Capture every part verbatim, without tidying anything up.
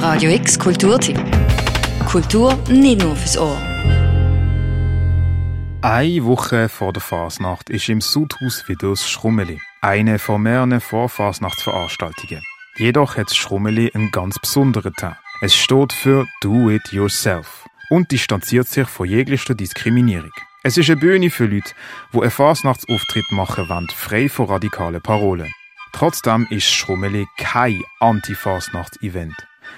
Radio X Kulturtipp. Kultur nicht nur fürs Ohr. Eine Woche vor der Fasnacht ist im Sudhaus wieder das Schrummeli. Eine von mehreren Vorfasnachtsveranstaltungen. Jedoch hat das Schrummeli einen ganz besonderen Teil. Es steht für Do It Yourself und distanziert sich von jeglicher Diskriminierung. Es ist eine Bühne für Leute, die einen Fasnachtsauftritt machen wollen, frei von radikalen Parolen. Trotzdem ist das Schrummeli kein Anti-Fasnachts-Event.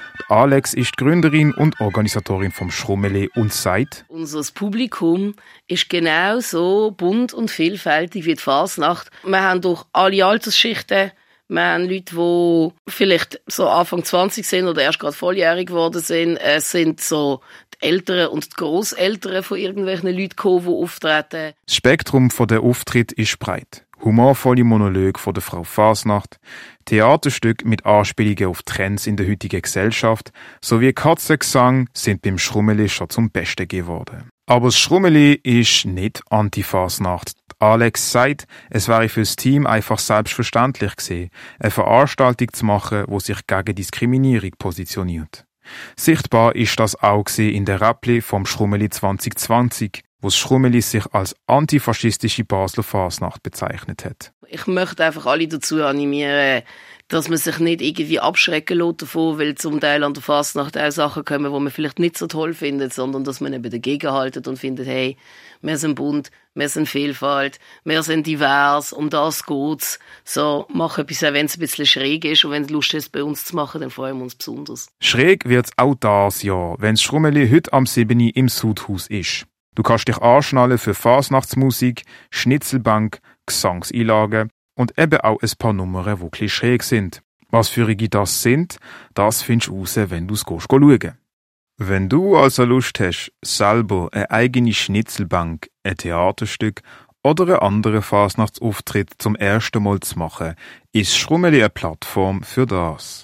Alex ist die Gründerin und Organisatorin vom Schrummeli und sagt: Unser Publikum ist genau so bunt und vielfältig wie die Fasnacht. Wir haben durch alle Altersschichten. Wir haben Leute, die vielleicht so Anfang zwanzig sind oder erst gerade volljährig geworden sind. Es sind so die Eltern und die Grosseltern von irgendwelchen Leuten gekommen, die auftreten. Das Spektrum der Auftritte ist breit. Humorvolle Monologe von der Frau Fasnacht, Theaterstücke mit Anspielungen auf Trends in der heutigen Gesellschaft sowie Katzengesang sind beim Schrummeli schon zum Besten geworden. Aber das Schrummeli ist nicht Anti-Fasnacht. Alex sagt, es wäre für das Team einfach selbstverständlich gewesen, eine Veranstaltung zu machen, die sich gegen Diskriminierung positioniert. Sichtbar ist das auch in der Räppli vom Schrummeli zwanzig zwanzig, wo das Schrummeli sich als antifaschistische Basler Fasnacht bezeichnet hat. Ich möchte einfach alle dazu animieren, dass man sich nicht irgendwie abschrecken lässt davon, weil zum Teil an der Fasnacht auch Sachen kommen, die man vielleicht nicht so toll findet, sondern dass man eben dagegen haltet und findet, hey, wir sind bunt, wir sind Vielfalt, wir sind divers, um das geht's. So, mach etwas, auch wenn es ein bisschen schräg ist und wenn du Lust hast, bei uns zu machen, dann freuen wir uns besonders. Schräg wird's auch das Jahr, wenn das Schrummeli heute am sieben im Sudhaus ist. Du kannst dich anschnallen für Fasnachtsmusik, Schnitzelbank, Gesangseinlagen und eben auch ein paar Nummern, die ein bisschen schräg sind. Was für das sind, das findest du raus, wenn du es schauen. Wenn du also Lust hast, selber eine eigene Schnitzelbank, ein Theaterstück oder einen anderen Fasnachtsauftritt zum ersten Mal zu machen, ist Schrummeli eine Plattform für das.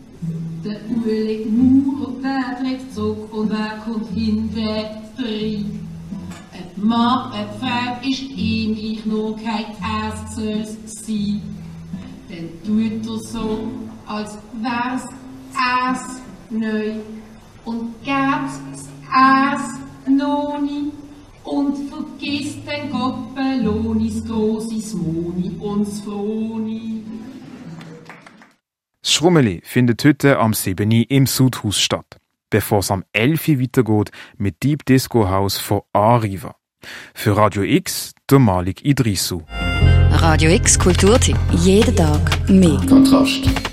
Der Ueli Maurer, wer trägt Zug und wer kommt hinter rein? Ein Mann, eine Frau ist ihm gleich nur kein Ass soll's sein. Dann tut er so, als wär's Ass neu und gäb's das Ass noch nie und vergisst den Koppeloni, das grosse Smoni und das Froni. Das Schrummeli findet heute am sieben im Sudhaus statt, bevor es am elf weitergeht mit Deep Disco House von Arriva. Für Radio X, der Malik Idrissou. Radio X Kulturtipp. Jeden Tag mehr. Kontrast.